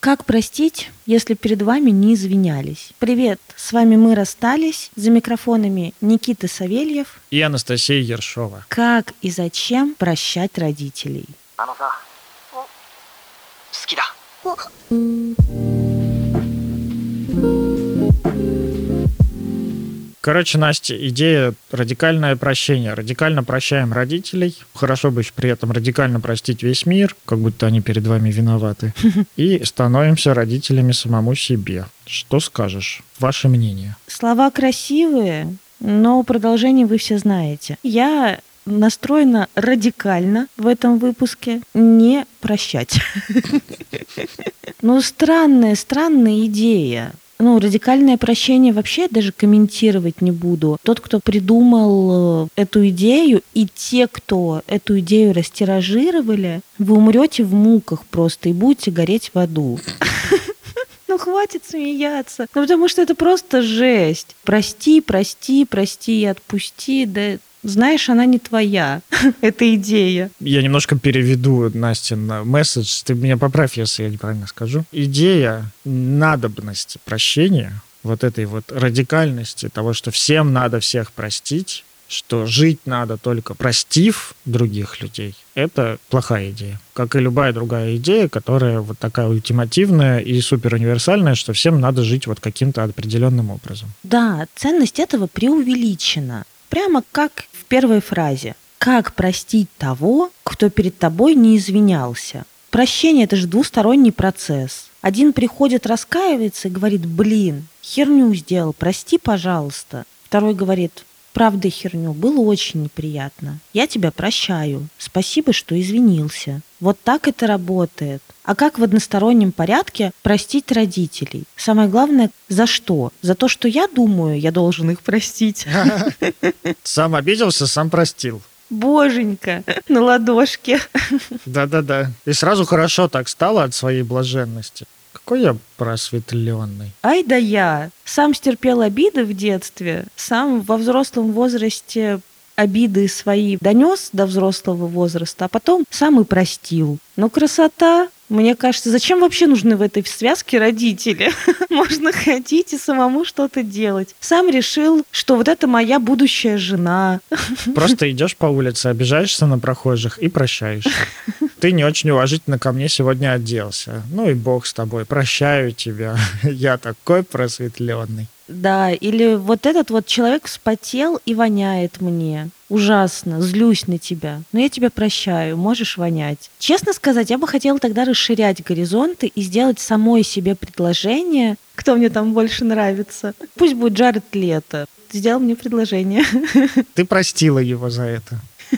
Как простить, если перед вами не извинялись? Привет, с вами мы расстались. За микрофонами Никита Савельев и Анастасия Ершова. Как и зачем прощать родителей? Короче, Настя, идея радикальное прощение. Радикально прощаем родителей. Хорошо бы при этом радикально простить весь мир, как будто они перед вами виноваты. И становимся родителями самому себе. Что скажешь? Ваше мнение? Слова красивые, но продолжение вы все знаете. Я настроена радикально в этом выпуске не прощать. Ну, странная идея. Радикальное прощение вообще я даже комментировать не буду. Тот, кто придумал эту идею, и те, кто эту идею растиражировали, вы умрете в муках просто и будете гореть в аду. Хватит смеяться. Потому что это просто жесть. Прости и отпусти. Да, знаешь, она не твоя, эта идея. Я немножко переведу, Настин, месседж. Ты меня поправь, если я неправильно скажу. Идея надобности прощения, вот этой вот радикальности того, что всем надо всех простить, что жить надо только простив других людей, это плохая идея. Как и любая другая идея, которая вот такая ультимативная и суперуниверсальная, что всем надо жить вот каким-то определенным образом. Да, ценность этого преувеличена. Прямо как в первой фразе. Как простить того, кто перед тобой не извинялся? Прощение – это же двусторонний процесс. Один приходит, раскаивается и говорит: блин, херню сделал, прости, пожалуйста. Второй говорит: правда, херню, было очень неприятно. Я тебя прощаю. Спасибо, что извинился. Вот так это работает. А как в одностороннем порядке простить родителей? Самое главное, за что? За то, что я думаю, я должен их простить. Сам обиделся, сам простил. Боженька, на ладошке. Да-да-да. И сразу хорошо так стало от своей блаженности. Какой я просветленный. Ай да я. Сам стерпел обиды в детстве, сам во взрослом возрасте обиды свои донес до взрослого возраста, а потом сам и простил. Но красота. Мне кажется, зачем вообще нужны в этой связке родители? Можно ходить и самому что-то делать. Сам решил, что вот это моя будущая жена. Просто идешь по улице, обижаешься на прохожих и прощаешь. Ты не очень уважительно ко мне сегодня оделся. Ну и бог с тобой, прощаю тебя. Я такой просветленный. Да, или вот этот вот человек вспотел и воняет мне. Ужасно, злюсь на тебя. Но я тебя прощаю, можешь вонять. Честно сказать, я бы хотела тогда расширять горизонты и сделать самой себе предложение, кто мне там больше нравится. Пусть будет Джаред Лето. Сделал мне предложение. Ты простила его за это.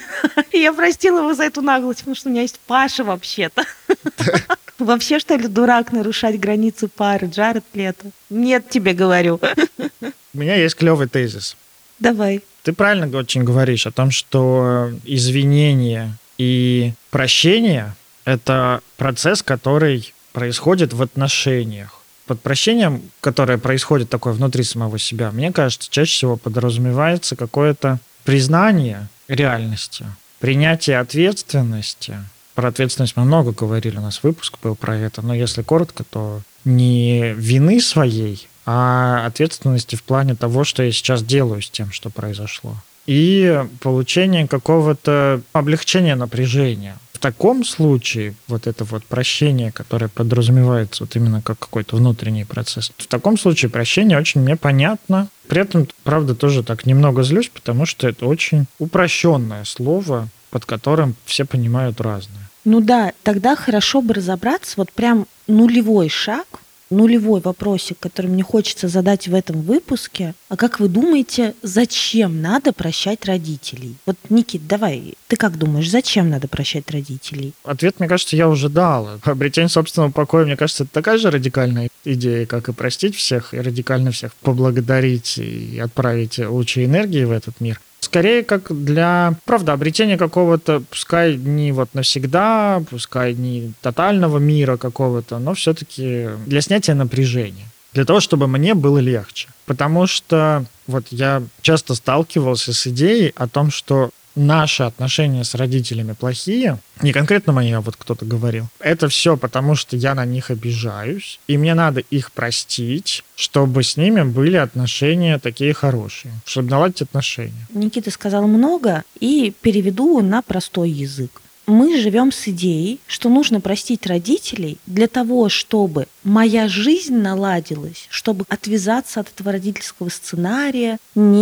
Я простила его за эту наглость, потому что у меня есть Паша вообще-то. Вообще, что ли, дурак нарушать границы пары? Джаред Лето. Нет, тебе говорю. У меня есть клевый тезис. Давай. Ты правильно очень говоришь о том, что извинение и прощение – это процесс, который происходит в отношениях. Под прощением, которое происходит такое внутри самого себя, мне кажется, чаще всего подразумевается какое-то признание реальности, принятие ответственности. Про ответственность мы много говорили, у нас выпуск был про это, но если коротко, то не вины своей, а ответственности в плане того, что я сейчас делаю с тем, что произошло. И получение какого-то облегчения напряжения. В таком случае вот это вот прощение, которое подразумевается вот именно как какой-то внутренний процесс, в таком случае прощение очень мне понятно. При этом, правда, тоже так немного злюсь, потому что это очень упрощенное слово, под которым все понимают разное. Ну да, тогда хорошо бы разобраться, вот прям нулевой шаг, нулевой вопросик, который мне хочется задать в этом выпуске. А как вы думаете, зачем надо прощать родителей? Вот, Никит, давай, ты как думаешь, зачем надо прощать родителей? Ответ, мне кажется, я уже дал. Обретение собственного покоя, мне кажется, это такая же радикальная идея, как и простить всех, и радикально всех поблагодарить и отправить лучи энергии в этот мир. Скорее, как для, правда, обретения какого-то, пускай не вот навсегда, пускай не тотального мира какого-то, но все-таки для снятия напряжения. Для того, чтобы мне было легче. Потому что вот я часто сталкивался с идеей о том, что наши отношения с родителями плохие, не конкретно мои, а вот кто-то говорил, это все потому, что я на них обижаюсь, и мне надо их простить, чтобы с ними были отношения такие хорошие, чтобы наладить отношения. Никита сказал много, и переведу на простой язык. Мы живем с идеей, что нужно простить родителей для того, чтобы моя жизнь наладилась, чтобы отвязаться от этого родительского сценария,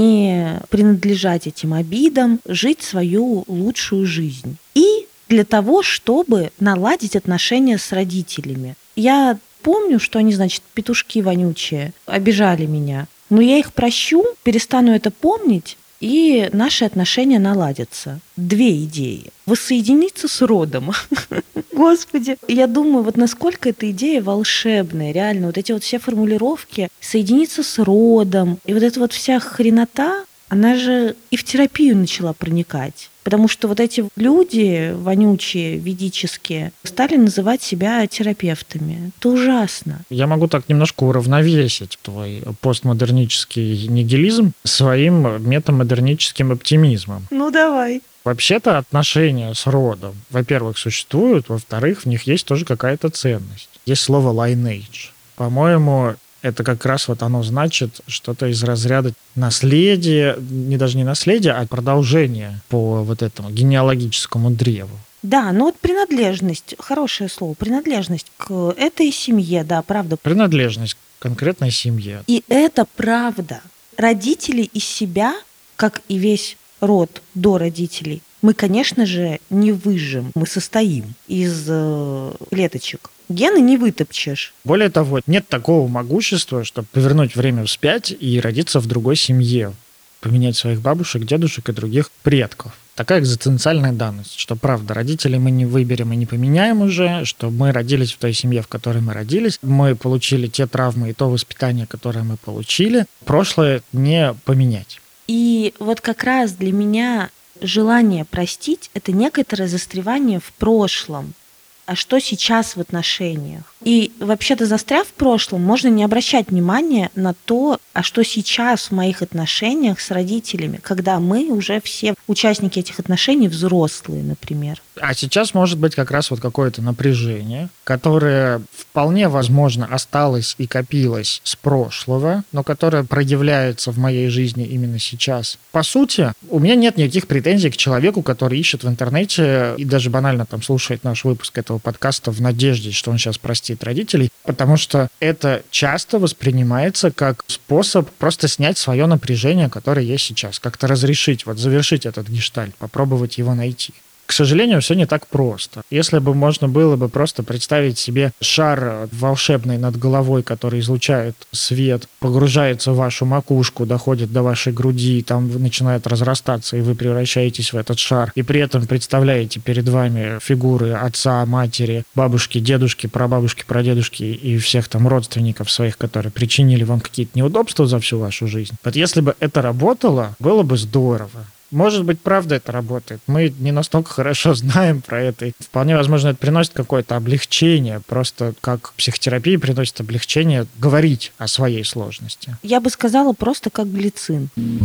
не принадлежать этим обидам, жить свою лучшую жизнь. И для того, чтобы наладить отношения с родителями. Я помню, что они, значит, петушки вонючие, обижали меня, но я их прощу, перестану это помнить, и наши отношения наладятся. 2 идеи. Воссоединиться с родом. Господи, я думаю, вот насколько эта идея волшебная, реально. Вот эти вот все формулировки, соединиться с родом, и вот эта вот вся хренота, она же и в терапию начала проникать. Потому что вот эти люди вонючие, ведические, стали называть себя терапевтами. Это ужасно. Я могу так немножко уравновесить твой постмодернический нигилизм своим метамодерническим оптимизмом. Ну, давай. Вообще-то отношения с родом, во-первых, существуют, во-вторых, в них есть тоже какая-то ценность. Есть слово lineage. По-моему, это как раз вот оно значит что-то из разряда наследия, даже не наследия, а продолжение по вот этому генеалогическому древу. Да, но вот принадлежность, хорошее слово, принадлежность к этой семье, да, правда. Принадлежность к конкретной семье. И это правда. Родители из себя, как и весь род до родителей, мы, конечно же, не выжжем, мы состоим из клеточек. Гены не вытопчешь. Более того, нет такого могущества, чтобы повернуть время вспять и родиться в другой семье, поменять своих бабушек, дедушек и других предков. Такая экзистенциальная данность, что правда, родителей мы не выберем и не поменяем уже, что мы родились в той семье, в которой мы родились, мы получили те травмы и то воспитание, которое мы получили, прошлое не поменять. И вот как раз для меня желание простить – это некоторое застревание в прошлом. А что сейчас в отношениях? И вообще-то, застряв в прошлом, можно не обращать внимания на то, а что сейчас в моих отношениях с родителями, когда мы уже все участники этих отношений взрослые, например. А сейчас может быть как раз вот какое-то напряжение, которое вполне возможно осталось и копилось с прошлого, но которое проявляется в моей жизни именно сейчас. По сути, у меня нет никаких претензий к человеку, который ищет в интернете и даже банально там слушает наш выпуск этого подкаста в надежде, что он сейчас простит родителей, потому что это часто воспринимается как способ просто снять свое напряжение, которое есть сейчас, как-то разрешить, вот завершить этот гештальт, попробовать его найти. К сожалению, все не так просто. Если бы можно было бы просто представить себе шар волшебный над головой, который излучает свет, погружается в вашу макушку, доходит до вашей груди, там начинает разрастаться, и вы превращаетесь в этот шар, и при этом представляете перед вами фигуры отца, матери, бабушки, дедушки, прабабушки, прадедушки и всех там родственников своих, которые причинили вам какие-то неудобства за всю вашу жизнь. Вот если бы это работало, было бы здорово. Может быть, правда это работает. Мы не настолько хорошо знаем про это. И вполне возможно, это приносит какое-то облегчение. Просто как психотерапия приносит облегчение говорить о своей сложности. Я бы сказала просто как глицин.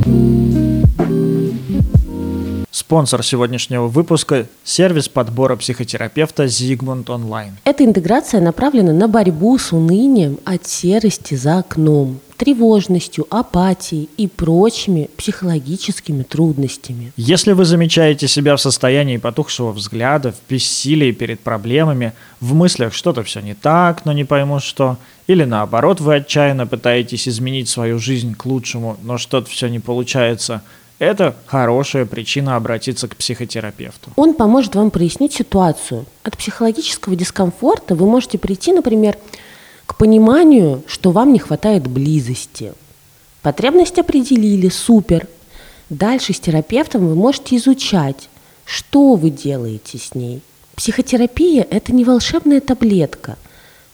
Спонсор сегодняшнего выпуска – сервис подбора психотерапевта Zigmund Online. Эта интеграция направлена на борьбу с унынием от серости за окном, тревожностью, апатией и прочими психологическими трудностями. Если вы замечаете себя в состоянии потухшего взгляда, в бессилии перед проблемами, в мыслях что-то все не так, но не пойму что, или наоборот вы отчаянно пытаетесь изменить свою жизнь к лучшему, но что-то все не получается – это хорошая причина обратиться к психотерапевту. Он поможет вам прояснить ситуацию. От психологического дискомфорта вы можете прийти, например, к пониманию, что вам не хватает близости. Потребность определили, супер. Дальше с терапевтом вы можете изучать, что вы делаете с ней. Психотерапия – это не волшебная таблетка.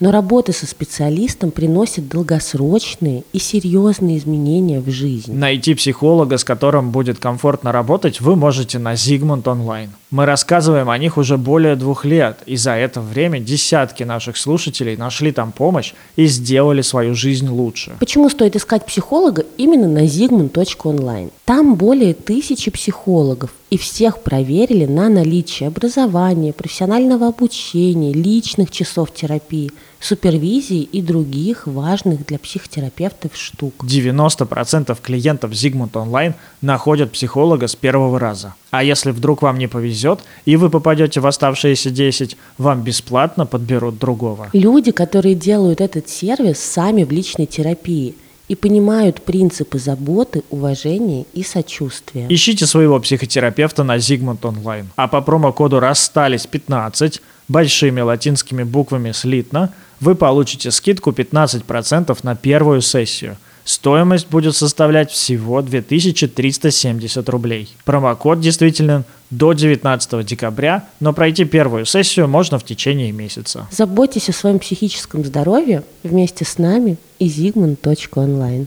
Но работа со специалистом приносит долгосрочные и серьезные изменения в жизни. Найти психолога, с которым будет комфортно работать, вы можете на Zigmund Online. Мы рассказываем о них уже более 2 лет, и за это время десятки наших слушателей нашли там помощь и сделали свою жизнь лучше. Почему стоит искать психолога именно на zigmund.online? Там более 1000 психологов, и всех проверили на наличие образования, профессионального обучения, личных часов терапии, супервизии и других важных для психотерапевтов штук. 90% клиентов Zigmund Online находят психолога с первого раза. А если вдруг вам не повезет, и вы попадете в оставшиеся 10, вам бесплатно подберут другого. Люди, которые делают этот сервис сами в личной терапии и понимают принципы заботы, уважения и сочувствия. Ищите своего психотерапевта на Zigmund Online. А по промокоду «Расстались15» большими латинскими буквами слитно вы получите скидку 15% на первую сессию. Стоимость будет составлять всего 2370 рублей. Промокод действителен до 19 декабря, но пройти первую сессию можно в течение месяца. Заботьтесь о своем психическом здоровье вместе с нами и Zigmund.online.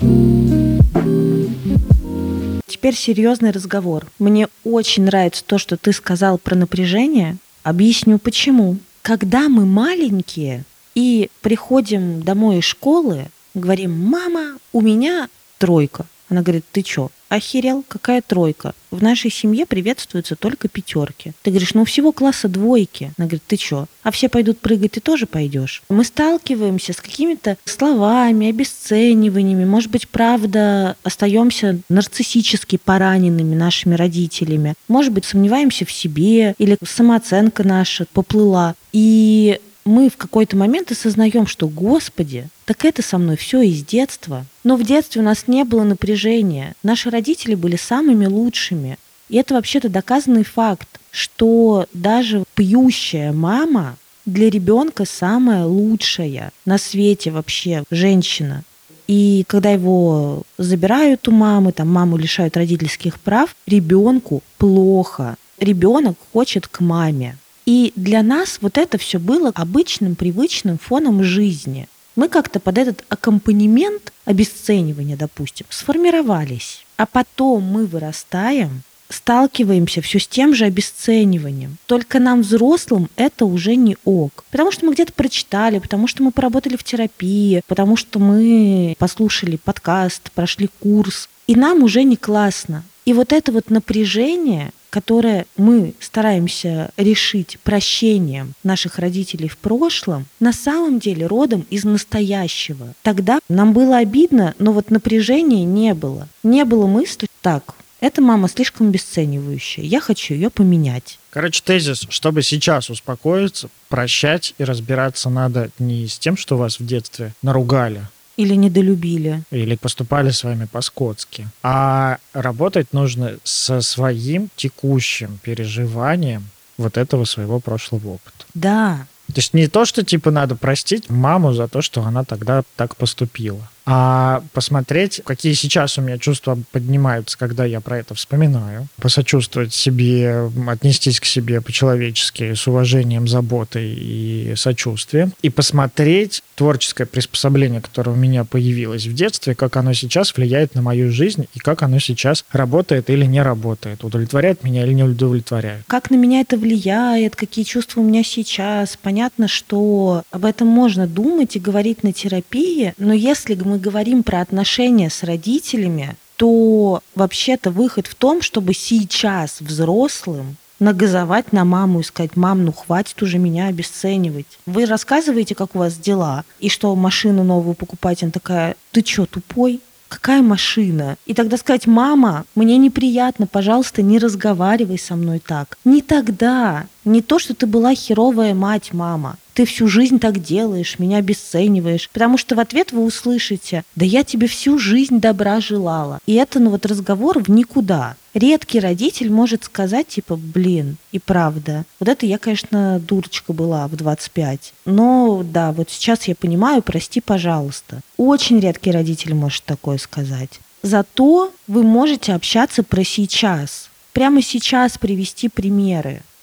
Теперь серьезный разговор. Мне очень нравится то, что ты сказал про напряжение. Объясню почему. Когда мы маленькие и приходим домой из школы, говорим: «Мама, у меня 3». Она говорит: «Ты чё, охерел? Какая 3? В нашей семье приветствуются только 5. Ты говоришь: «Ну, всего класса 2». Она говорит: «Ты чё? А все пойдут прыгать, ты тоже пойдешь». Мы сталкиваемся с какими-то словами, обесцениваниями. Может быть, правда, остаемся нарциссически пораненными нашими родителями. Может быть, сомневаемся в себе, или самооценка наша поплыла. И мы в какой-то момент осознаем, что, Господи, так это со мной все из детства. Но в детстве у нас не было напряжения. Наши родители были самыми лучшими. И это вообще-то доказанный факт, что даже пьющая мама для ребенка самая лучшая на свете вообще женщина. И когда его забирают у мамы, там маму лишают родительских прав, ребенку плохо. Ребенок хочет к маме. И для нас вот это все было обычным, привычным фоном жизни. Мы как-то под этот аккомпанемент обесценивания, допустим, сформировались. А потом мы вырастаем, сталкиваемся все с тем же обесцениванием. Только нам, взрослым, это уже не ок. Потому что мы где-то прочитали, потому что мы поработали в терапии, потому что мы послушали подкаст, прошли курс. И нам уже не классно. И вот это вот напряжение, которое мы стараемся решить прощением наших родителей в прошлом, на самом деле родом из настоящего. Тогда нам было обидно, но вот напряжения не было. Не было мысли: так, эта мама слишком обесценивающая, я хочу ее поменять. Короче, тезис: чтобы сейчас успокоиться, прощать и разбираться надо не с тем, что вас в детстве наругали, или недолюбили. Или поступали с вами по-скотски. А работать нужно со своим текущим переживанием вот этого своего прошлого опыта. Да. То есть не то, что типа надо простить маму за то, что она тогда так поступила, а посмотреть, какие сейчас у меня чувства поднимаются, когда я про это вспоминаю, посочувствовать себе, отнестись к себе по-человечески, с уважением, заботой и сочувствием, и посмотреть творческое приспособление, которое у меня появилось в детстве, как оно сейчас влияет на мою жизнь и как оно сейчас работает или не работает, удовлетворяет меня или не удовлетворяет. Как на меня это влияет, какие чувства у меня сейчас. Понятно, что об этом можно думать и говорить на терапии, но если мы говорим про отношения с родителями, то вообще-то выход в том, чтобы сейчас взрослым нагазовать на маму и сказать: «Мам, ну хватит уже меня обесценивать. Вы рассказываете, как у вас дела, и что машину новую покупать». Она такая: «Ты чё, тупой? Какая машина?» И тогда сказать: «Мама, мне неприятно, пожалуйста, не разговаривай со мной так». Не тогда. Не то, что ты была херовая мать, мама. Ты всю жизнь так делаешь, меня обесцениваешь. Потому что в ответ вы услышите: «Да я тебе всю жизнь добра желала». И это, вот разговор в никуда. Редкий родитель может сказать типа: «Блин, и правда, вот это я, конечно, дурочка была в 25. Но да, вот сейчас я понимаю, прости, пожалуйста». Очень редкий родитель может такое сказать. Зато вы можете общаться про сейчас. Прямо сейчас привести примеры.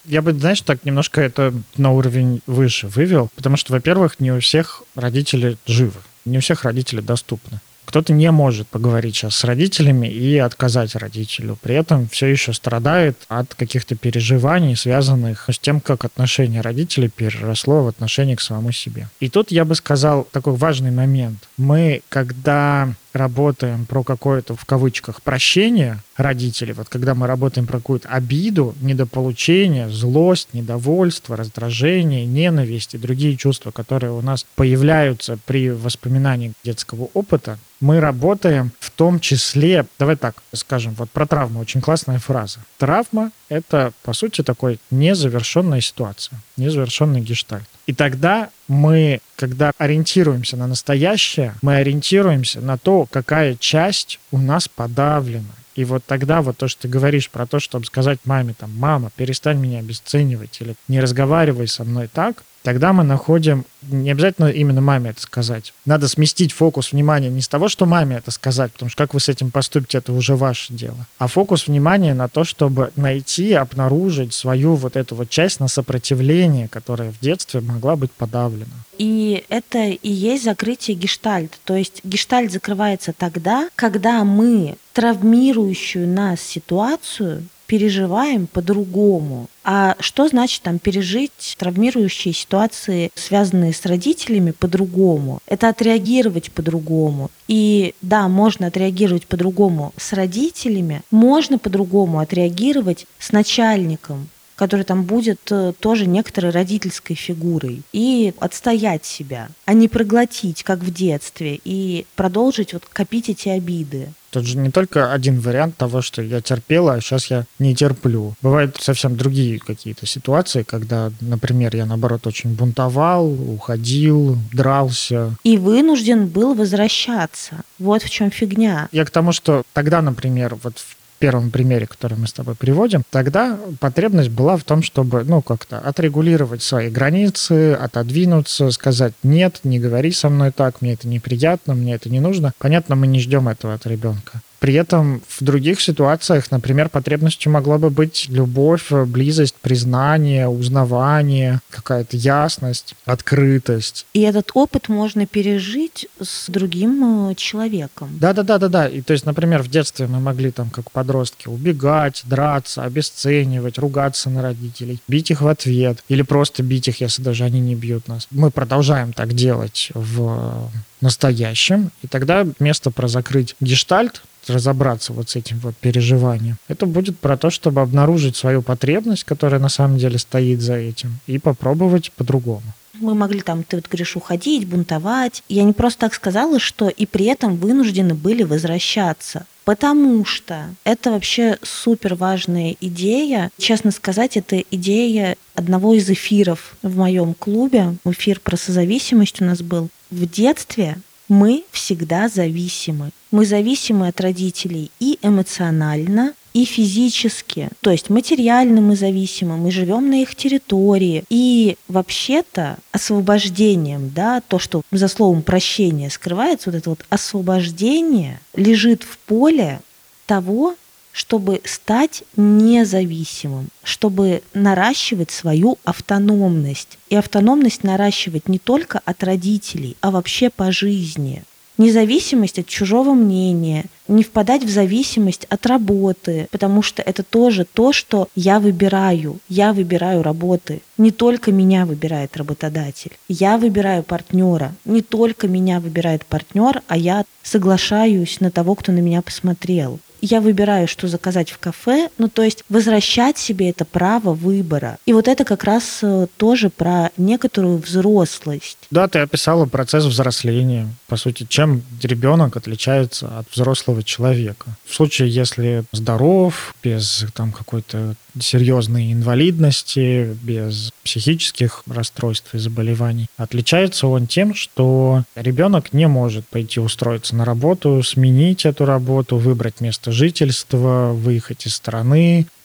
Я бы, знаешь, так немножко это на уровень выше вывел, потому что, во-первых, не у всех родители живы, не у всех родители доступны. Кто-то не может поговорить сейчас с родителями и отказать родителю. При этом все еще страдает от каких-то переживаний, связанных с тем, как отношение родителей переросло в отношение к самому себе. И тут я бы сказал такой важный момент. Мы, когда работаем про какое-то, в кавычках, прощение родителей, вот когда мы работаем про какую-то обиду, недополучение, злость, недовольство, раздражение, ненависть и другие чувства, которые у нас появляются при воспоминании детского опыта, мы работаем в том числе, давай так скажем, вот про травму очень классная фраза. Травма — это, по сути, такой незавершенная ситуация, незавершенный гештальт. И тогда мы, когда ориентируемся на настоящее, мы ориентируемся на то, какая часть у нас подавлена. И вот тогда вот то, что ты говоришь про то, чтобы сказать маме, там, мама, перестань меня обесценивать или не разговаривай со мной так, тогда мы находим, не обязательно именно маме это сказать. Надо сместить фокус внимания не с того, что маме это сказать, потому что как вы с этим поступите, это уже ваше дело, а фокус внимания на то, чтобы найти, обнаружить свою вот эту вот часть на сопротивление, которая в детстве могла быть подавлена. И это и есть закрытие гештальта. То есть гештальт закрывается тогда, когда мы травмирующую нас ситуацию переживаем по-другому. А что значит там пережить травмирующие ситуации, связанные с родителями, по-другому? Это отреагировать по-другому. И да, можно отреагировать по-другому с родителями, можно по-другому отреагировать с начальником, который там будет тоже некоторой родительской фигурой, и отстоять себя, а не проглотить, как в детстве, и продолжить вот копить эти обиды. Тут же не только один вариант того, что я терпела, а сейчас я не терплю. Бывают совсем другие какие-то ситуации, когда, например, я, наоборот, очень бунтовал, уходил, дрался. И вынужден был возвращаться. Вот в чем фигня. Я к тому, что тогда, например, вот в первом примере, который мы с тобой приводим, тогда потребность была в том, чтобы, как-то отрегулировать свои границы, отодвинуться, сказать «нет, не говори со мной так, мне это неприятно, мне это не нужно». Понятно, мы не ждем этого от ребенка. При этом в других ситуациях, например, потребностью могла бы быть любовь, близость, признание, узнавание, какая-то ясность, открытость. И этот опыт можно пережить с другим человеком. Да. И то есть, например, в детстве мы могли там, как подростки, убегать, драться, обесценивать, ругаться на родителей, бить их в ответ или просто бить их, если даже они не бьют нас. Мы продолжаем так делать в настоящем, и тогда вместо про закрыть гештальт, разобраться вот с этим вот переживанием, это будет про то, чтобы обнаружить свою потребность, которая на самом деле стоит за этим, и попробовать по-другому. Мы могли там, ты вот говоришь, уходить, бунтовать. Я не просто так сказала, что и при этом вынуждены были возвращаться. Потому что это вообще супер важная идея. Честно сказать, это идея одного из эфиров в моем клубе. Эфир про созависимость у нас был. В детстве мы всегда зависимы. Мы зависимы от родителей и эмоционально, и физически. То есть материально мы зависимы, мы живем на их территории. И вообще-то освобождением, то, что за словом прощение скрывается, вот это вот освобождение лежит в поле того, чтобы стать независимым, чтобы наращивать свою автономность. И автономность наращивать не только от родителей, а вообще по жизни. Независимость от чужого мнения, не впадать в зависимость от работы, потому что это тоже то, что я выбираю. Я выбираю работы. Не только меня выбирает работодатель. Я выбираю партнера. Не только меня выбирает партнер, а я соглашаюсь на того, кто на меня посмотрел. Я выбираю, что заказать в кафе, то есть возвращать себе это право выбора. И вот это как раз тоже про некоторую взрослость. Да, ты описала процесс взросления. По сути, чем ребенок отличается от взрослого человека. В случае, если здоров, без какой-то серьезной инвалидности, без психических расстройств и заболеваний, отличается он тем, что ребенок не может пойти устроиться на работу, сменить эту работу, выбрать место жительства, выехать из страны,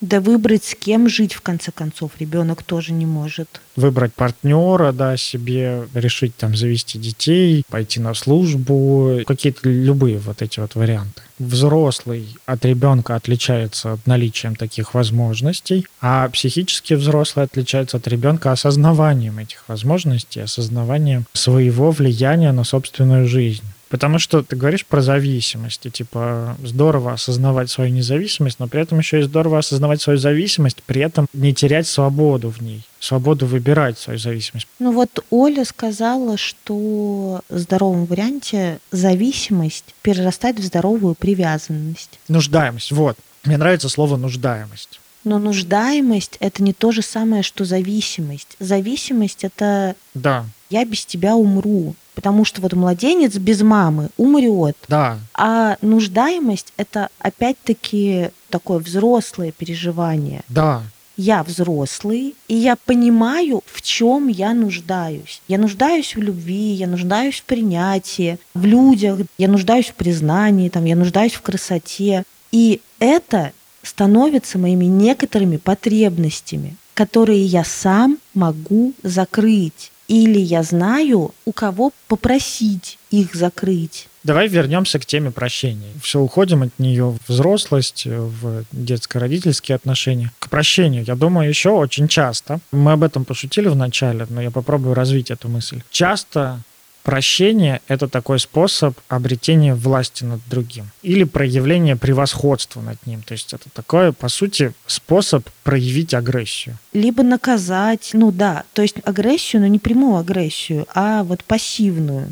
Да выбрать, с кем жить, в конце концов, ребенок тоже не может. Выбрать партнера, да, себе, решить там завести детей, пойти на службу, какие-то любые вот эти вот варианты. Взрослый от ребенка отличается наличием таких возможностей, а психически взрослый отличается от ребенка осознаванием этих возможностей, осознаванием своего влияния на собственную жизнь. Потому что ты говоришь про зависимость, и типа здорово осознавать свою независимость, но при этом еще и здорово осознавать свою зависимость, при этом не терять свободу в ней, свободу выбирать свою зависимость. Ну вот Оля сказала, что в здоровом варианте зависимость перерастает в здоровую привязанность. Нуждаемость, вот. Мне нравится слово «нуждаемость». Но нуждаемость – это не то же самое, что зависимость. Зависимость – это Да, «я без тебя умру», потому что вот младенец без мамы умрет. да, А нуждаемость – это опять-таки такое взрослое переживание. да. Я взрослый, и я понимаю, в чем я нуждаюсь. Я нуждаюсь в любви, я нуждаюсь в принятии, в людях, я нуждаюсь в признании, там, я нуждаюсь в красоте. И это становится моими некоторыми потребностями, которые я сам могу закрыть. Или я знаю, у кого попросить их закрыть. Давай вернемся к теме прощения. Все, уходим от нее в взрослость, в детско-родительские отношения. К прощению, я думаю, еще очень часто, мы об этом пошутили в начале, но я попробую развить эту мысль. Часто прощение – это такой способ обретения власти над другим или проявления превосходства над ним. То есть это такой, по сути, способ проявить агрессию. Либо наказать, ну да, то есть агрессию, но не прямую агрессию, а вот пассивную.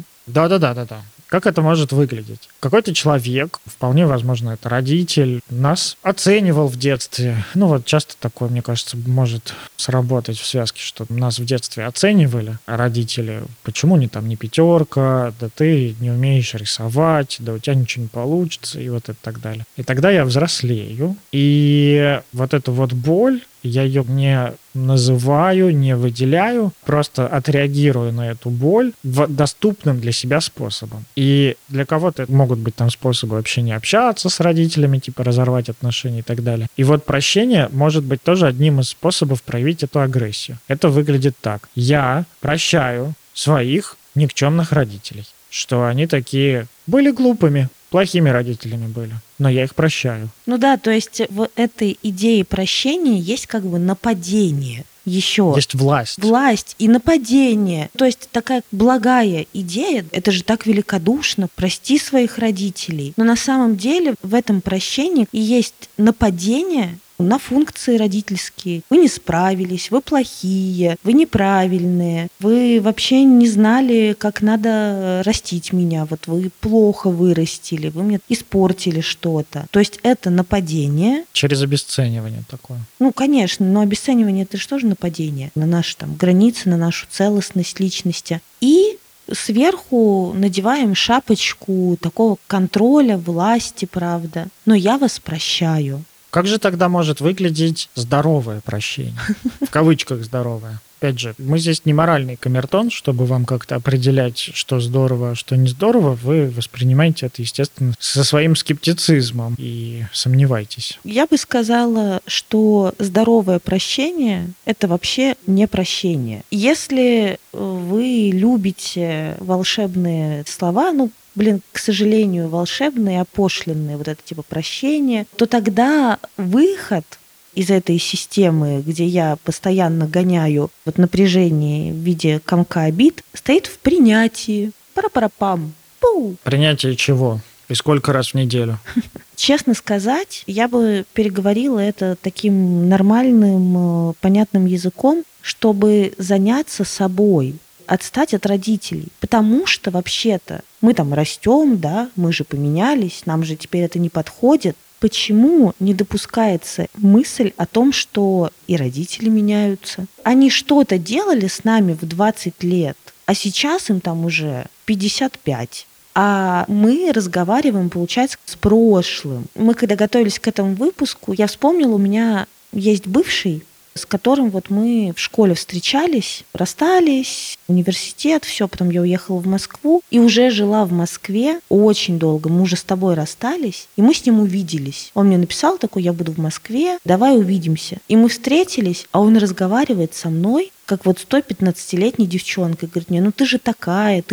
Да. Как это может выглядеть? Какой-то человек, вполне возможно, это родитель, нас оценивал в детстве. Ну вот часто такое, мне кажется, может сработать в связке, что нас в детстве оценивали, а родители, почему не там не пятерка, да ты не умеешь рисовать, да у тебя ничего не получится, и вот это так далее. И тогда я взрослею, и вот эту вот боль, я ее не называю, не выделяю, просто отреагирую на эту боль доступным для себя способом. И для кого-то это могут быть там способы вообще не общаться с родителями, типа разорвать отношения и так далее. И вот прощение может быть тоже одним из способов проявить эту агрессию. Это выглядит так. Я прощаю своих никчемных родителей, что они такие были глупыми, плохими родителями были, но я их прощаю. Ну да, то есть в этой идее прощения есть как бы нападение еще. Есть власть. Власть и нападение. То есть такая благая идея, это же так великодушно, прости своих родителей. Но на самом деле в этом прощении и есть нападение на функции родительские. Вы не справились, вы плохие, вы неправильные, вы вообще не знали, как надо растить меня, вот вы плохо вырастили, вы мне испортили что-то. То есть это нападение. Через обесценивание такое. Ну, конечно, но обесценивание — это же тоже нападение на наши там границы, на нашу целостность личности. И сверху надеваем шапочку такого контроля, власти, правда. Но я вас прощаю. Как же тогда может выглядеть здоровое прощение? В кавычках здоровое. Опять же, мы здесь не моральный камертон, чтобы вам как-то определять, что здорово, а что не здорово. Вы воспринимаете это, естественно, со своим скептицизмом и сомневаетесь. Я бы сказала, что здоровое прощение – это вообще не прощение. Если вы любите волшебные слова, к сожалению, волшебные, опошленные, вот это типа прощение, то тогда выход из этой системы, где я постоянно гоняю вот напряжение в виде комка обид, стоит в принятии. Пара-пара-пам. Пу. Принятие чего? И сколько раз в неделю? Честно сказать, я бы переговорила это таким нормальным, понятным языком, чтобы заняться собой, отстать от родителей. Потому что вообще-то мы там растем, да, мы же поменялись, нам же теперь это не подходит. Почему не допускается мысль о том, что и родители меняются? Они что-то делали с нами в 20 лет, а сейчас им там уже 55. А мы разговариваем, получается, с прошлым. Мы, когда готовились к этому выпуску, я вспомнила, у меня есть бывший, с которым вот мы в школе встречались, расстались, университет, все, потом я уехала в Москву и уже жила в Москве очень долго. Мы уже с тобой расстались, и мы с ним увиделись. Он мне написал такой: я буду в Москве, давай увидимся. И мы встретились, а он разговаривает со мной, как вот 115-летней девчонкой. Говорит мне: ну ты же такая,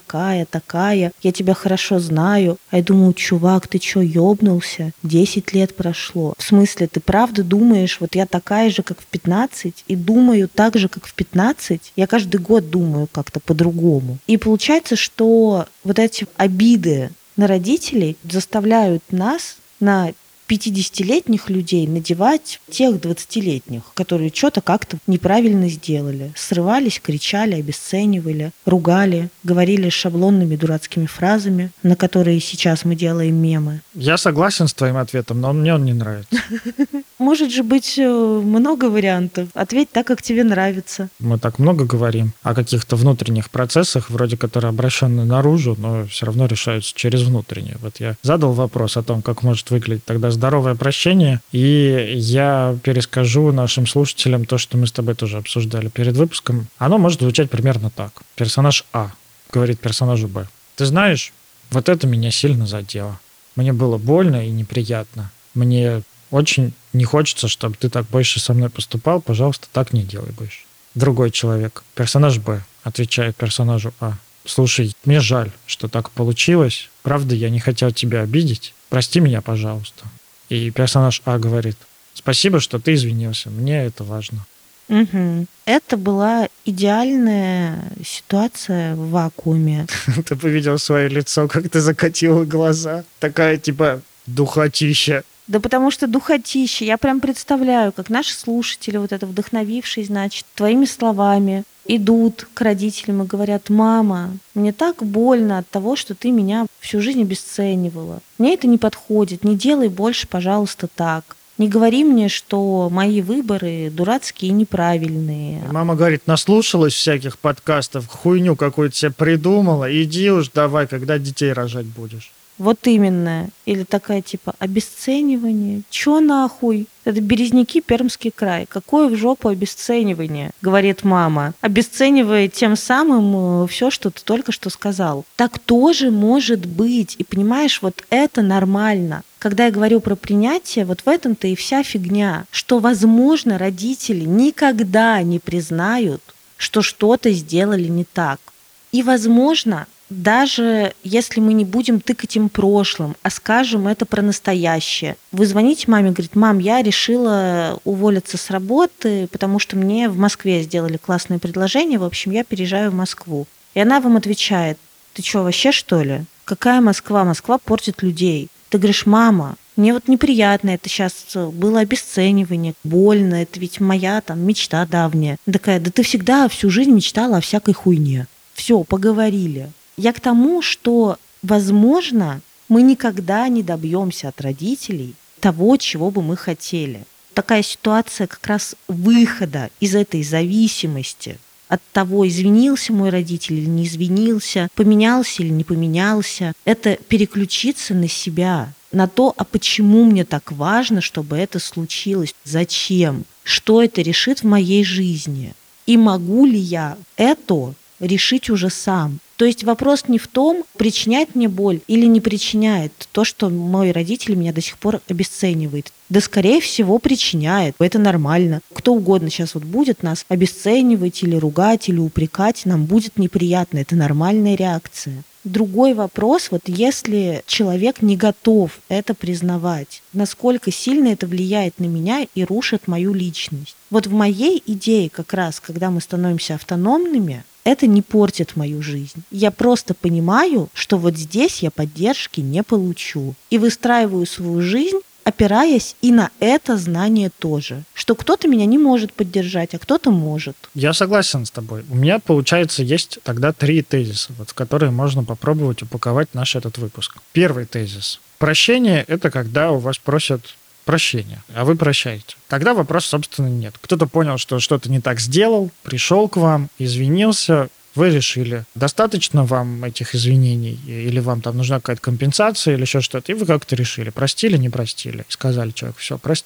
такая, я тебя хорошо знаю. А я думаю: чувак, ты чё, ёбнулся? 10 лет прошло. В смысле, ты правда думаешь, вот я такая же, как в 15, и думаю так же, как в 15? Я каждый год думаю как-то по-другому. И получается, что вот эти обиды на родителей заставляют нас на 50-летних людей надевать тех 20-летних, которые что-то как-то неправильно сделали. Срывались, кричали, обесценивали, ругали, говорили шаблонными дурацкими фразами, на которые сейчас мы делаем мемы. Я согласен с твоим ответом, но мне он не нравится. Может же быть много вариантов. Ответь так, как тебе нравится. Мы так много говорим о каких-то внутренних процессах, вроде которые обращены наружу, но все равно решаются через внутренние. Вот я задал вопрос о том, как может выглядеть тогда здоровое прощение, и я перескажу нашим слушателям то, что мы с тобой тоже обсуждали перед выпуском. Оно может звучать примерно так. Персонаж А говорит персонажу Б: ты знаешь, вот это меня сильно задело. Мне было больно и неприятно. Мне очень не хочется, чтобы ты так больше со мной поступал. Пожалуйста, так не делай больше. Другой человек, персонаж Б, отвечает персонажу А: слушай, мне жаль, что так получилось. Правда, я не хотел тебя обидеть. Прости меня, пожалуйста. И персонаж А говорит: спасибо, что ты извинился. Мне это важно. Угу. Это была идеальная ситуация в вакууме. Ты увидел свое лицо, как ты закатила глаза. Такая типа духотища. Да потому что духотища. Я прям представляю, как наши слушатели, вот это вдохновившие, значит, твоими словами, идут к родителям и говорят: мама, мне так больно от того, что ты меня всю жизнь обесценивала. Мне это не подходит, не делай больше, пожалуйста, так. Не говори мне, что мои выборы дурацкие и неправильные. Мама говорит: наслушалась всяких подкастов, хуйню какую-то себе придумала, иди уж давай, когда детей рожать будешь. Вот именно. Или такая типа: обесценивание. Чё нахуй? Это Березники, Пермский край. Какое в жопу обесценивание, говорит мама, обесценивая тем самым все, что ты только что сказал. Так тоже может быть. И понимаешь, вот это нормально. Когда я говорю про принятие, вот в этом-то и вся фигня, что, возможно, родители никогда не признают, что что-то сделали не так. И, возможно, даже если мы не будем тыкать им прошлым, а скажем это про настоящее. Вы звоните маме, говорит: мам, я решила уволиться с работы, потому что мне в Москве сделали классное предложение, в общем, я переезжаю в Москву. И она вам отвечает: ты что, вообще что ли? Какая Москва? Москва портит людей. Ты говоришь: мама, мне вот неприятно, это сейчас было обесценивание, больно, это ведь моя там мечта давняя. Такая: да ты всегда всю жизнь мечтала о всякой хуйне. Все, поговорили. Я к тому, что, возможно, мы никогда не добьемся от родителей того, чего бы мы хотели. Такая ситуация как раз выхода из этой зависимости от того, извинился мой родитель или не извинился, поменялся или не поменялся, это переключиться на себя, на то, а почему мне так важно, чтобы это случилось, зачем, что это решит в моей жизни, и могу ли я это решить уже сам. То есть вопрос не в том, причиняет мне боль или не причиняет то, что мой родитель меня до сих пор обесценивает. Да, скорее всего, причиняет. Это нормально. Кто угодно сейчас вот будет нас обесценивать или ругать, или упрекать, нам будет неприятно. Это нормальная реакция. Другой вопрос, вот если человек не готов это признавать, насколько сильно это влияет на меня и рушит мою личность. Вот в моей идее как раз, когда мы становимся автономными, это не портит мою жизнь. Я просто понимаю, что вот здесь я поддержки не получу. И выстраиваю свою жизнь, опираясь и на это знание тоже. Что кто-то меня не может поддержать, а кто-то может. Я согласен с тобой. У меня, получается, есть тогда 3 тезиса, вот, в которые можно попробовать упаковать наш этот выпуск. Первый тезис. Прощение – это когда у вас просят прощения, а вы прощаете. Тогда вопрос, собственно, нет. Кто-то понял, что что-то не так сделал, пришел к вам, извинился, вы решили, достаточно вам этих извинений, или вам там нужна какая-то компенсация, или еще что-то, и вы как-то решили, простили, не простили, сказали человеку: все, простили.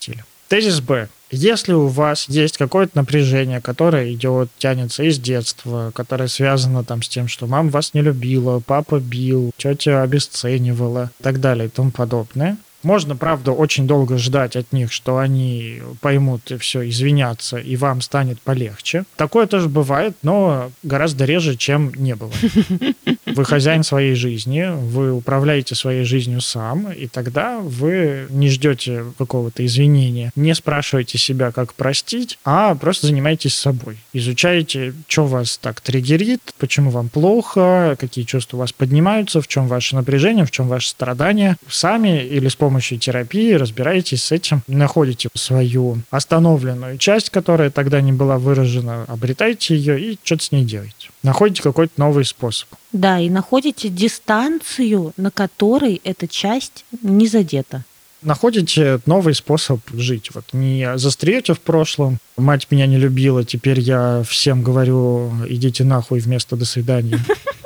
Тезис Б. Если у вас есть какое-то напряжение, которое идет, тянется из детства, которое связано там с тем, что мама вас не любила, папа бил, тетя обесценивала и так далее и тому подобное, можно, правда, очень долго ждать от них, что они поймут и все, извинятся, и вам станет полегче. Такое тоже бывает, но гораздо реже, чем не было. Вы хозяин своей жизни, вы управляете своей жизнью сам, и тогда вы не ждете какого-то извинения, не спрашиваете себя, как простить, а просто занимаетесь собой. Изучаете, что вас так триггерит, почему вам плохо, какие чувства у вас поднимаются, в чем ваше напряжение, в чем ваше страдание. Сами или с помощью терапии разбираетесь с этим, находите свою остановленную часть, которая тогда не была выражена, обретаете ее и что-то с ней делаете. Находите какой-то новый способ. Да, и находите дистанцию, на которой эта часть не задета. Находите новый способ жить. Вот не застряете в прошлом. Мать меня не любила, теперь я всем говорю, идите нахуй вместо до свидания.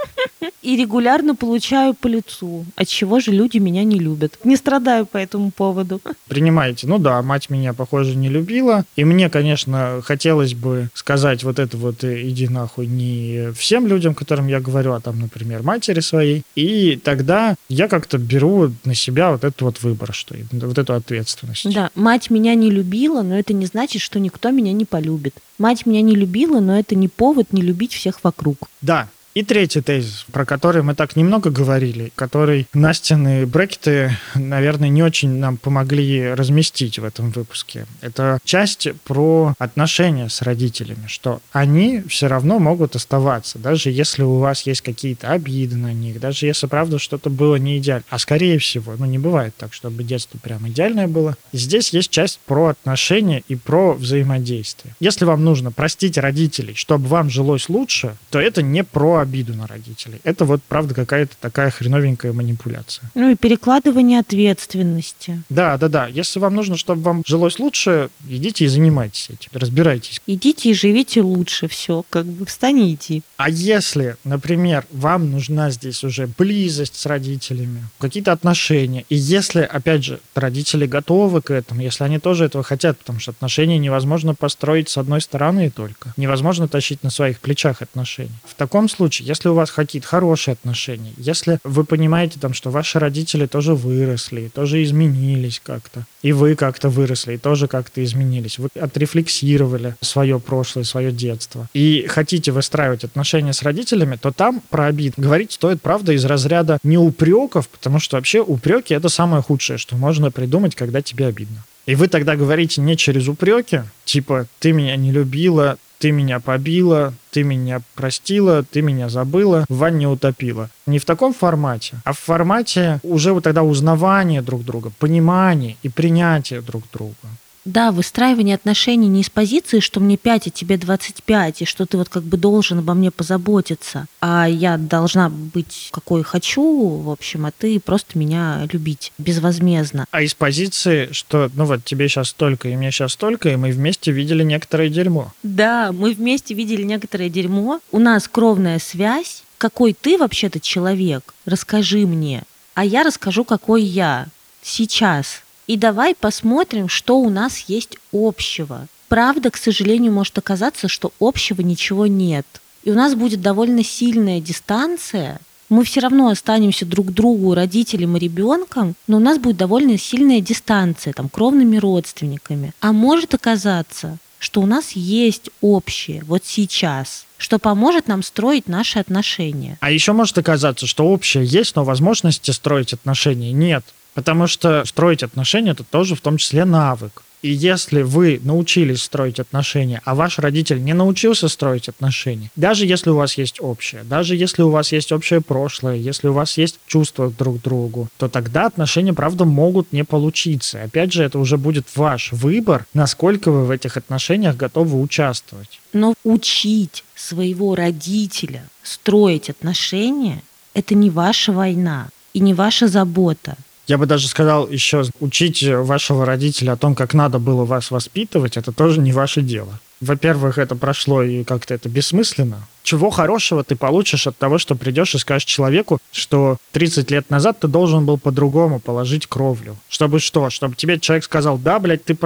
И регулярно получаю по лицу. Отчего же люди меня не любят? Не страдаю по этому поводу. Принимаете. Ну да, мать меня, похоже, не любила. И мне, конечно, хотелось бы сказать вот это вот «иди нахуй» не всем людям, которым я говорю, а там, например, матери своей. И тогда я как-то беру на себя вот этот вот выбор, что вот эту ответственность. Да, мать меня не любила, но это не значит, что никто меня не полюбит. Мать меня не любила, но это не повод не любить всех вокруг. Да. И третий тезис, про который мы так немного говорили, который Настины брекеты, наверное, не очень нам помогли разместить в этом выпуске. Это часть про отношения с родителями, что они все равно могут оставаться, даже если у вас есть какие-то обиды на них, даже если, правда, что-то было не идеально. А скорее всего, не бывает так, чтобы детство прям идеальное было. И здесь есть часть про отношения и про взаимодействие. Если вам нужно простить родителей, чтобы вам жилось лучше, то это не про обиду на родителей. Это вот, правда, какая-то такая хреновенькая манипуляция. И перекладывание ответственности. Да. Если вам нужно, чтобы вам жилось лучше, идите и занимайтесь этим, разбирайтесь. Идите и живите лучше, все, встань и иди. А если, например, вам нужна здесь уже близость с родителями, какие-то отношения, и если, опять же, родители готовы к этому, если они тоже этого хотят, потому что отношения невозможно построить с одной стороны только. Невозможно тащить на своих плечах отношения. В таком случае, если у вас какие-то хорошие отношения, если вы понимаете, что ваши родители тоже выросли, тоже изменились как-то, и вы как-то выросли, и тоже как-то изменились, вы отрефлексировали свое прошлое, свое детство, и хотите выстраивать отношения с родителями, то там про обид говорить стоит, правда, из разряда не упреков, потому что вообще упреки — это самое худшее, что можно придумать, когда тебе обидно. И вы тогда говорите не через упреки, типа «ты меня не любила», «ты меня побила», «ты меня простила», «ты меня забыла», «в ванне утопила». Не в таком формате, а в формате уже вот тогда узнавания друг друга, понимания и принятия друг друга. Да, выстраивание отношений не из позиции, что мне 5, а тебе 25, и что ты должен обо мне позаботиться, а я должна быть какой хочу, в общем, а ты просто меня любить безвозмездно. А из позиции, что тебе сейчас столько, и мне сейчас столько, и мы вместе видели некоторое дерьмо. Да, мы вместе видели некоторое дерьмо, у нас кровная связь, какой ты вообще-то человек, расскажи мне, а я расскажу, какой я сейчас. И давай посмотрим, что у нас есть общего. Правда, к сожалению, может оказаться, что общего ничего нет. И у нас будет довольно сильная дистанция. Мы все равно останемся друг другу, родителям и ребенком, но у нас будет довольно сильная дистанция, кровными родственниками. А может оказаться, что у нас есть общее вот сейчас, что поможет нам строить наши отношения. А еще может оказаться, что общее есть, но возможности строить отношения нет. Потому что строить отношения – это тоже в том числе навык. И если вы научились строить отношения, а ваш родитель не научился строить отношения, даже если у вас есть общее, даже если у вас есть общее прошлое, если у вас есть чувства друг к другу, то тогда отношения, правда, могут не получиться. Опять же, это уже будет ваш выбор, насколько вы в этих отношениях готовы участвовать. Но учить своего родителя строить отношения – это не ваша война и не ваша забота. Я бы даже сказал еще, учить вашего родителя о том, как надо было вас воспитывать, это тоже не ваше дело. Во-первых, это прошло и как-то это бессмысленно. Чего хорошего ты получишь от того, что придешь и скажешь человеку, что 30 лет назад ты должен был по-другому положить кровлю? Чтобы что? Чтобы тебе человек сказал: да, блядь, ты прав?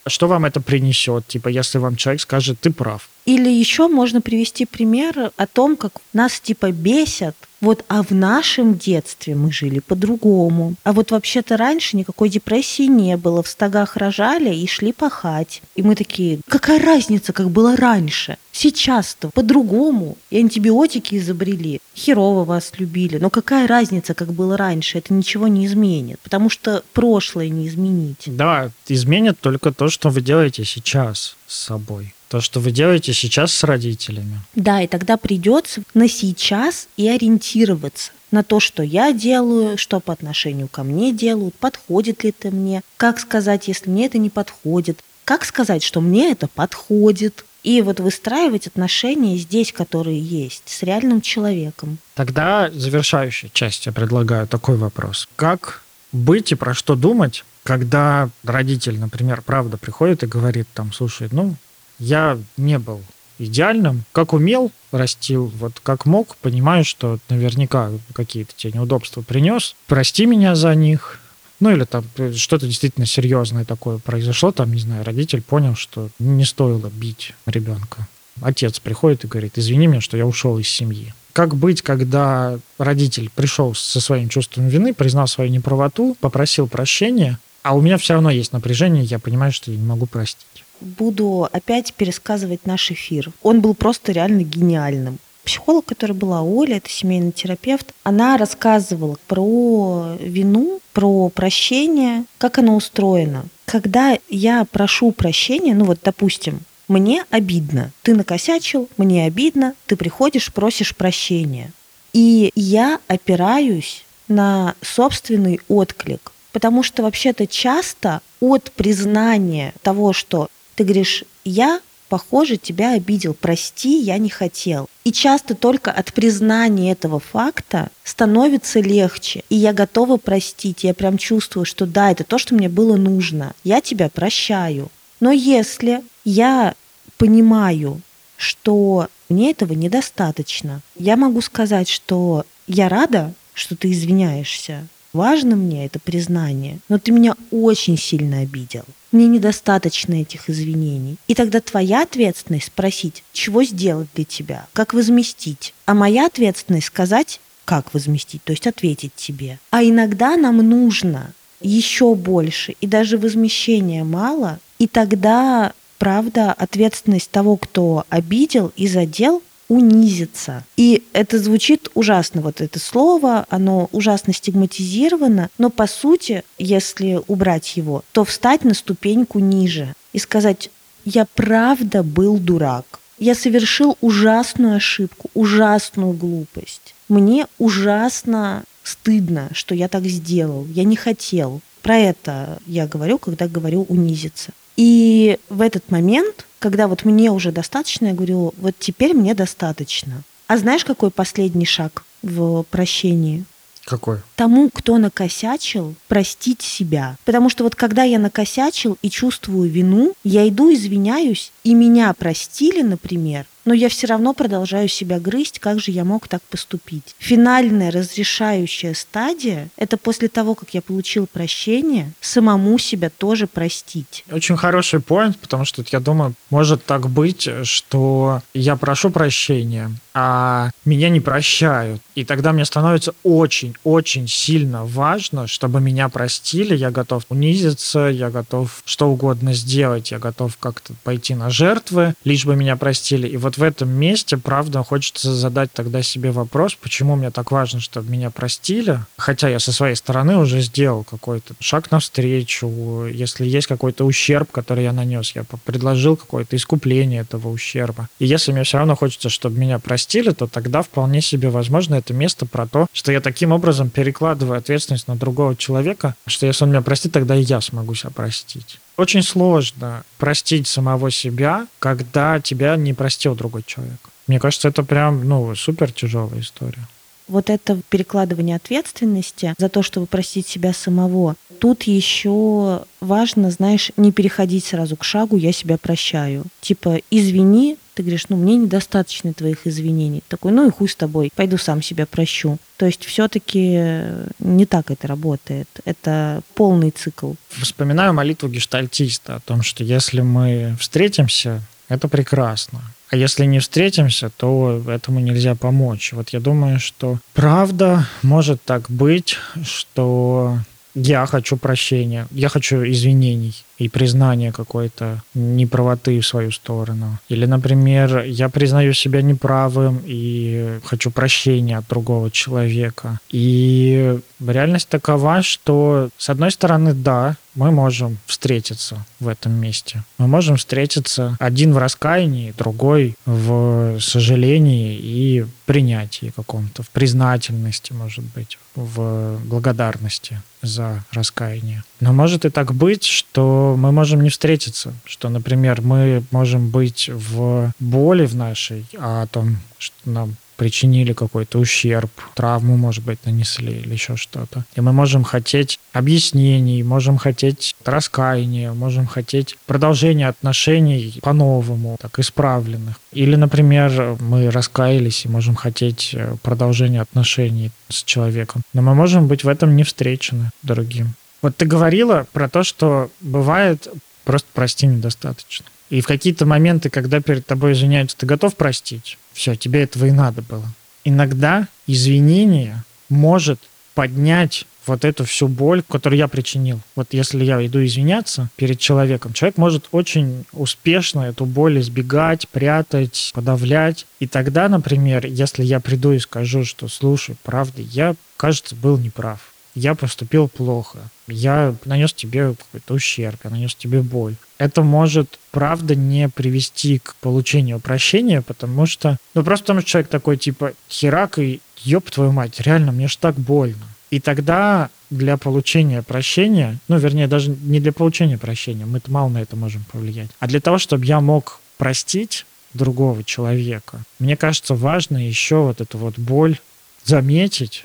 Что вам это принесет? Типа, если вам человек скажет, ты прав. Или еще можно привести пример о том, как нас типа бесят. Вот, а в нашем детстве мы жили по-другому. А вот вообще-то раньше никакой депрессии не было. В стогах рожали и шли пахать. И мы такие, какая разница, как было раньше? Сейчас-то по-другому. И антибиотики изобрели. Херово вас любили. Но какая разница, как было раньше? Это ничего не изменит. Потому что прошлое не изменить. Да, изменит только то, что вы делаете сейчас с собой. То, что вы делаете сейчас с родителями. Да, и тогда придется на сейчас и ориентироваться на то, что я делаю, что по отношению ко мне делают, подходит ли это мне, как сказать, если мне это не подходит, как сказать, что мне это подходит. И вот выстраивать отношения здесь, которые есть, с реальным человеком. Тогда завершающая часть я предлагаю такой вопрос. Как быть и про что думать, когда родитель, например, правда приходит и говорит там, слушай, я не был идеальным, как умел, растил, вот как мог, понимаю, что наверняка какие-то те неудобства принес, прости меня за них. Или там что-то действительно серьезное такое произошло, там, не знаю, родитель понял, что не стоило бить ребенка. Отец приходит и говорит, извини меня, что я ушел из семьи. Как быть, когда родитель пришел со своим чувством вины, признал свою неправоту, попросил прощения, а у меня все равно есть напряжение, я понимаю, что я не могу простить. Буду опять пересказывать наш эфир. Он был просто реально гениальным. Психолог, которая была Оля, это семейный терапевт, она рассказывала про вину, про прощение, как оно устроено. Когда я прошу прощения, допустим, мне обидно, ты накосячил, мне обидно, ты приходишь, просишь прощения. И я опираюсь на собственный отклик, потому что вообще-то часто от признания того, что ты говоришь, я, похоже, тебя обидел, прости, я не хотел. И часто только от признания этого факта становится легче. И я готова простить, я прям чувствую, что да, это то, что мне было нужно. Я тебя прощаю. Но если я понимаю, что мне этого недостаточно, я могу сказать, что я рада, что ты извиняешься. Важно мне это признание, но ты меня очень сильно обидел. Мне недостаточно этих извинений. И тогда твоя ответственность спросить, чего сделать для тебя, как возместить. А моя ответственность сказать, как возместить, то есть ответить тебе. А иногда нам нужно еще больше, и даже возмещения мало, и тогда, правда, ответственность того, кто обидел и задел, унизится. И это звучит ужасно, вот это слово, оно ужасно стигматизировано, но по сути, если убрать его, то встать на ступеньку ниже и сказать, я правда был дурак, я совершил ужасную ошибку, ужасную глупость, мне ужасно стыдно, что я так сделал, я не хотел. Про это я говорю, когда говорю унизиться. И в этот момент, когда вот мне уже достаточно, я говорю, вот теперь мне достаточно. А знаешь, какой последний шаг в прощении? Какой? Тому, кто накосячил, простить себя. Потому что вот когда я накосячил и чувствую вину, я иду, извиняюсь, и меня простили, например, но я все равно продолжаю себя грызть, как же я мог так поступить. Финальная разрешающая стадия – это после того, как я получил прощение, самому себя тоже простить. Очень хороший поинт, потому что, я думаю, может так быть, что я прошу прощения, а меня не прощают. И тогда мне становится очень-очень сильно важно, чтобы меня простили. Я готов унизиться, я готов что угодно сделать, я готов как-то пойти на жертвы, лишь бы меня простили. И вот в этом месте, правда, хочется задать тогда себе вопрос, почему мне так важно, чтобы меня простили, хотя я со своей стороны уже сделал какой-то шаг навстречу, если есть какой-то ущерб, который я нанес, я предложил какое-то искупление этого ущерба. И если мне все равно хочется, чтобы меня простили, то тогда вполне себе возможно это место про то, что я таким образом перекладываю ответственность на другого человека, что если он меня простит, тогда и я смогу себя простить. Очень сложно простить самого себя, когда тебя не простил другой человек. Мне кажется, это прям, супер тяжелая история. Вот это перекладывание ответственности за то, чтобы простить себя самого. Тут еще важно, знаешь, не переходить сразу к шагу «я себя прощаю». Типа «извини, Ты говоришь, мне недостаточно твоих извинений. Такой, и хуй с тобой, пойду сам себя прощу. То есть все-таки не так это работает. Это полный цикл. Вспоминаю молитву гештальтиста о том, что если мы встретимся, это прекрасно. А если не встретимся, то этому нельзя помочь. Вот я думаю, что правда может так быть, что я хочу прощения, я хочу извинений и признания какой-то неправоты в свою сторону. Или, например, я признаю себя неправым и хочу прощения от другого человека. И реальность такова, что, с одной стороны, да, мы можем встретиться в этом месте. Мы можем встретиться один в раскаянии, другой в сожалении и принятии каком-то, в признательности, может быть, в благодарности за раскаяние. Но может и так быть, что мы можем не встретиться, что, например, мы можем быть в боли в нашей, о том, что нам причинили какой-то ущерб, травму, может быть, нанесли или еще что-то. И мы можем хотеть объяснений, можем хотеть раскаяния, можем хотеть продолжения отношений по-новому, так исправленных. Или, например, мы раскаялись и можем хотеть продолжения отношений с человеком. Но мы можем быть в этом не встречены другим. Вот ты говорила про то, что бывает просто прости недостаточно. И в какие-то моменты, когда перед тобой извиняются, ты готов простить? Все, тебе этого и надо было. Иногда извинение может поднять вот эту всю боль, которую я причинил. Вот если я иду извиняться перед человеком, человек может очень успешно эту боль избегать, прятать, подавлять. И тогда, например, если я приду и скажу, что, слушай, правда, я, кажется, был неправ. Я поступил плохо, я нанес тебе какой-то ущерб, я нанес тебе боль. Это может, правда, не привести к получению прощения, потому что... просто потому что человек такой, типа, херак и ёб твою мать, реально, мне ж так больно. И тогда для получения прощения, вернее, даже не для получения прощения, мы-то мало на это можем повлиять, а для того, чтобы я мог простить другого человека, мне кажется, важно еще вот эту вот боль заметить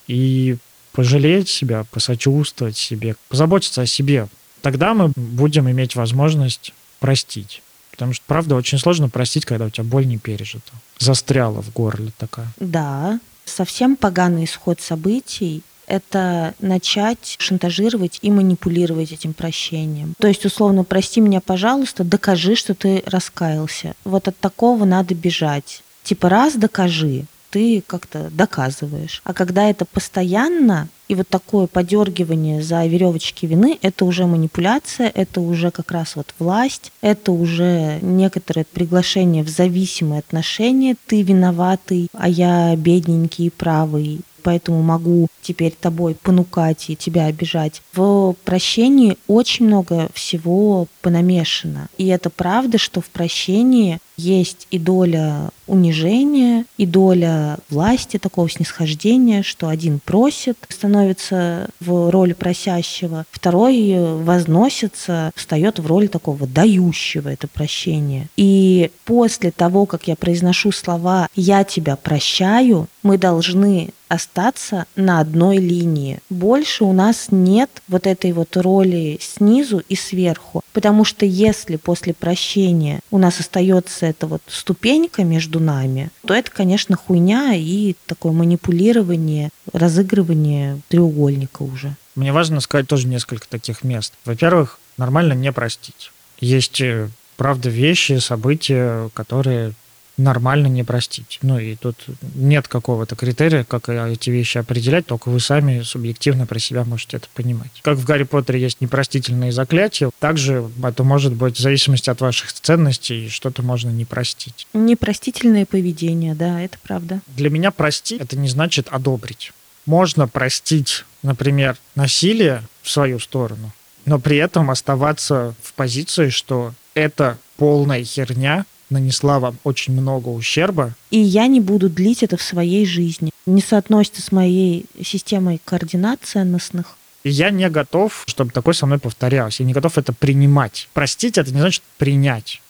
и пожалеть себя, посочувствовать себе, позаботиться о себе. Тогда мы будем иметь возможность простить. Потому что, правда, очень сложно простить, когда у тебя боль не пережита. Застряла в горле такая. Да, совсем поганый исход событий – это начать шантажировать и манипулировать этим прощением. То есть, условно, прости меня, пожалуйста, докажи, что ты раскаялся. Вот от такого надо бежать. Типа раз докажи, ты как-то доказываешь. А когда это постоянно, и вот такое подергивание за веревочки вины, это уже манипуляция, это уже как раз вот власть, это уже некоторое приглашение в зависимые отношения. Ты виноватый, а я бедненький и правый, поэтому могу теперь тобой понукать и тебя обижать. В прощении очень много всего понамешано. И это правда, что в прощении есть и доля унижения, и доля власти, такого снисхождения, что один просит, становится в роли просящего, второй возносится, встает в роль такого дающего это прощение. И после того, как я произношу слова «я тебя прощаю», мы должны остаться на одной линии. Больше у нас нет вот этой вот роли снизу и сверху. Потому что если после прощения у нас остается эта вот ступенька между нами, то это, конечно, хуйня и такое манипулирование, разыгрывание треугольника уже. Мне важно сказать тоже несколько таких мест. Во-первых, нормально не простить. Есть, правда, вещи, события, которые нормально не простить. И тут нет какого-то критерия, как эти вещи определять, только вы сами субъективно про себя можете это понимать. Как в «Гарри Поттере» есть непростительные заклятия, также это может быть в зависимости от ваших ценностей, что-то можно не простить. Непростительное поведение, да, это правда. Для меня простить — это не значит одобрить. Можно простить, например, насилие в свою сторону, но при этом оставаться в позиции, что это полная херня, нанесла вам очень много ущерба. И я не буду длить это в своей жизни. Не соотносится с моей системой координат ценностных. И я не готов, чтобы такое со мной повторялось. Я не готов это принимать. Простить — это не значит принять.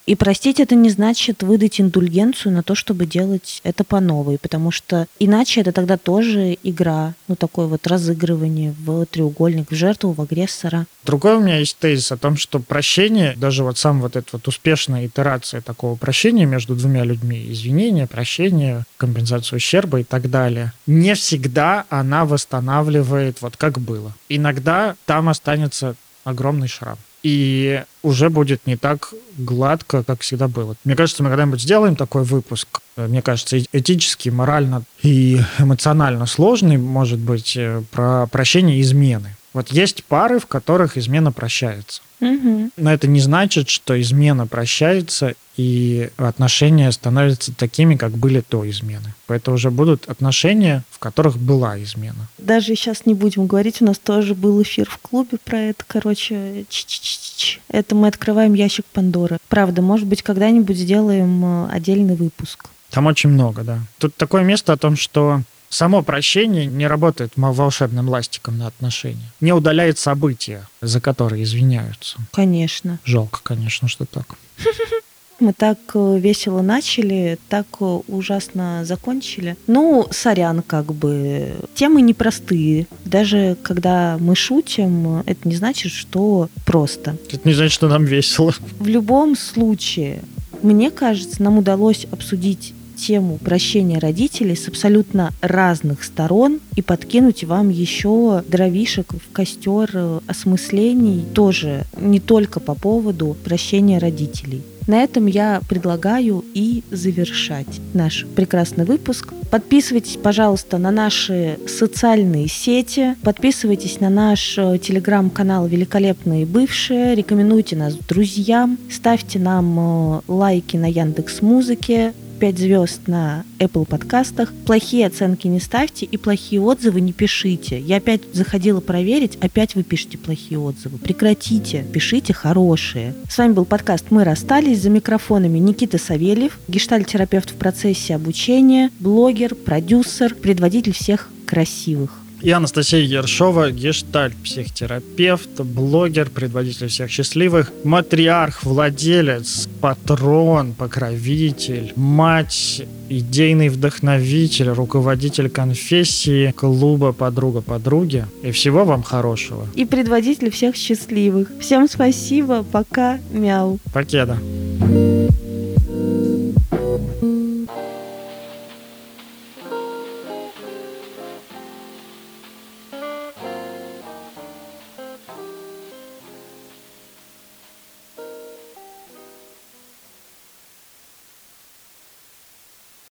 И простить это не значит выдать индульгенцию на то, чтобы делать это по новой, потому что иначе это тогда тоже игра, такое вот разыгрывание в треугольник, в жертву, в агрессора. Другой у меня есть тезис о том, что прощение, даже вот сам вот эта вот успешная итерация такого прощения между двумя людьми, извинения, прощение, компенсация ущерба и так далее, не всегда она восстанавливает вот как было. Иногда там останется огромный шрам. И уже будет не так гладко, как всегда было. Мне кажется, мы когда-нибудь сделаем такой выпуск, мне кажется, этически, морально и эмоционально сложный, может быть, про прощение измены. Вот есть пары, в которых измена прощается. Угу. Но это не значит, что измена прощается, и отношения становятся такими, как были до измены. Это уже будут отношения, в которых была измена. Даже сейчас не будем говорить, у нас тоже был эфир в клубе про это. Это мы открываем ящик Пандоры. Правда, может быть, когда-нибудь сделаем отдельный выпуск. Там очень много, да. Тут такое место о том, что само прощение не работает волшебным ластиком на отношения. Не удаляет события, за которые извиняются. Конечно. Жалко, конечно, что так. Мы так весело начали, так ужасно закончили. Сорян, темы непростые. Даже когда мы шутим, это не значит, что просто. Это не значит, что нам весело. В любом случае, мне кажется, нам удалось обсудить тему прощения родителей с абсолютно разных сторон и подкинуть вам еще дровишек в костер осмыслений, тоже не только по поводу прощения родителей. На этом я предлагаю и завершать наш прекрасный выпуск. Подписывайтесь, пожалуйста, на наши социальные сети, подписывайтесь на наш телеграм-канал «Великолепные бывшие», рекомендуйте нас друзьям, ставьте нам лайки на Яндекс.Музыке, 5 звезд на Apple подкастах. Плохие оценки не ставьте и плохие отзывы не пишите. Я опять заходила проверить, опять вы пишете плохие отзывы. Прекратите, пишите хорошие. С вами был подкаст «Мы расстались». За микрофонами Никита Савельев, гештальт-терапевт в процессе обучения, блогер, продюсер, предводитель всех красивых. И Анастасия Ершова, гештальт-психотерапевт, блогер, предводитель всех счастливых, матриарх, владелец, патрон, покровитель, мать, идейный вдохновитель, руководитель конфессии, клуба «Подруга подруги». И всего вам хорошего. И предводитель всех счастливых. Всем спасибо, пока, мяу. Покеда.